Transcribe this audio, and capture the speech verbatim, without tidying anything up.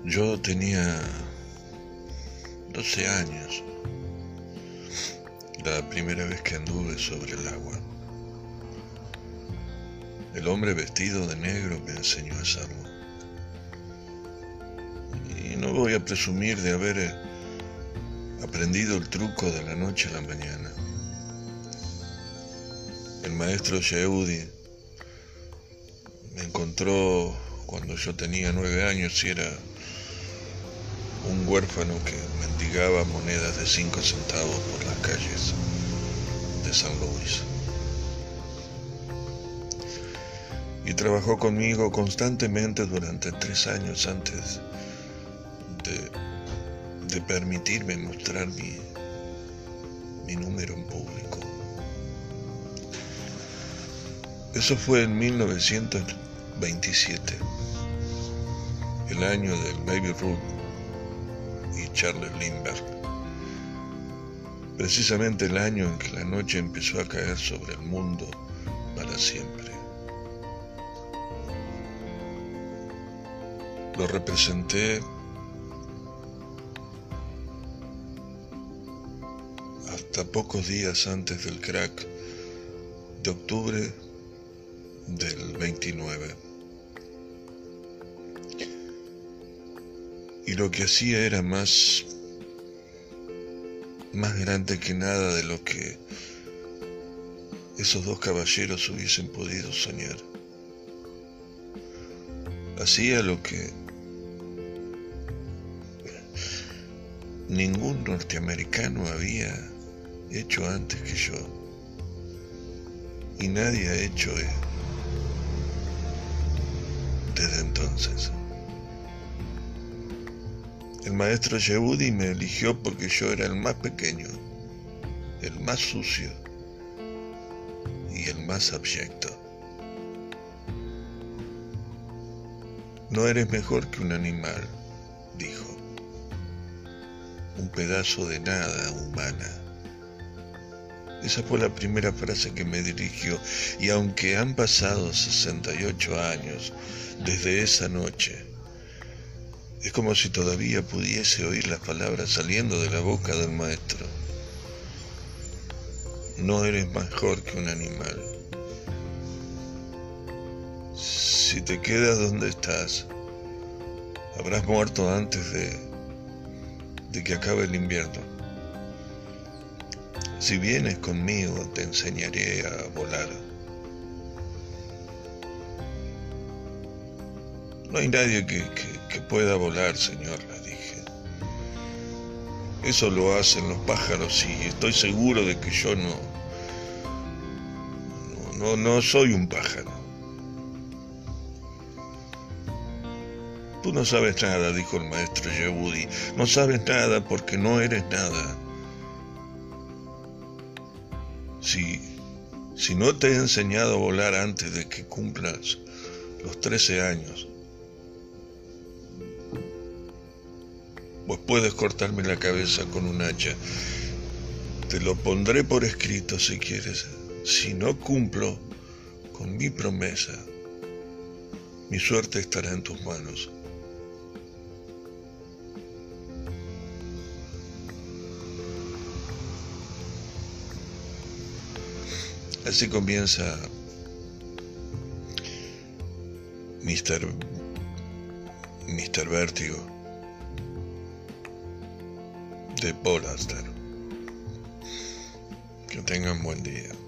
Yo tenía doce años, la primera vez que anduve sobre el agua. El hombre vestido de negro me enseñó a hacerlo. Y no voy a presumir de haber aprendido el truco de la noche a la mañana. El maestro Yehudi me encontró cuando yo tenía nueve años y era un huérfano que mendigaba monedas de cinco centavos por las calles de San Luis. Y trabajó conmigo constantemente durante tres años antes de, de permitirme mostrar mi, mi número en público. Eso fue en mil novecientos veintisiete, el año del Baby Ruth y Charles Lindbergh, precisamente el año en que la noche empezó a caer sobre el mundo para siempre. Lo representé hasta pocos días antes del crack de octubre del veintinueve. Y lo que hacía era más, más grande que nada de lo que esos dos caballeros hubiesen podido soñar. Hacía lo que ningún norteamericano había hecho antes que yo. Y nadie ha hecho desde entonces. El maestro Yehudi me eligió porque yo era el más pequeño, el más sucio y el más abyecto. No eres mejor que un animal, dijo. Un pedazo de nada humana. Esa fue la primera frase que me dirigió, y aunque han pasado sesenta y ocho años desde esa noche, es como si todavía pudiese oír las palabras saliendo de la boca del maestro. No eres mejor que un animal. Si te quedas donde estás, habrás muerto antes de, de que acabe el invierno. Si vienes conmigo, te enseñaré a volar. No hay nadie que, que, que pueda volar, señor, le dije. Eso lo hacen los pájaros y estoy seguro de que yo no... No, no, no soy un pájaro. Tú no sabes nada, dijo el maestro Yehudi. No sabes nada porque no eres nada. Si, si no te he enseñado a volar antes de que cumplas los trece años, pues puedes cortarme la cabeza con un hacha. Te lo pondré por escrito si quieres. Si no cumplo con mi promesa, mi suerte estará en tus manos. Así comienza mister mister Vértigo de Paul Auster. Que tengan buen día.